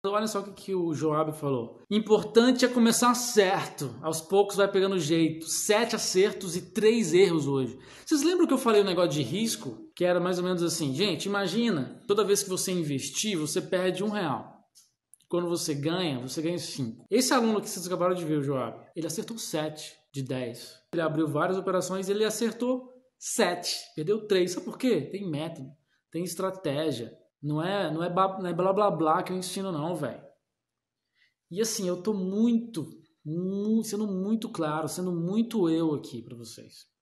Olha só o que o Joab falou. Importante é começar certo. Aos poucos vai pegando jeito. 7 acertos e 3 erros hoje. Vocês lembram que eu falei o negócio de risco? Que era mais ou menos assim. Gente, imagina, toda vez que você investir, você perde R$1. Quando você ganha 5. Esse aluno que vocês acabaram de ver, o Joab, ele acertou 7 de 10. Ele abriu várias operações e ele acertou 7. Perdeu 3. Sabe por quê? Tem método, tem estratégia. Não é blá blá blá que eu ensino não, velho. E assim, eu tô sendo muito claro, sendo muito eu aqui pra vocês.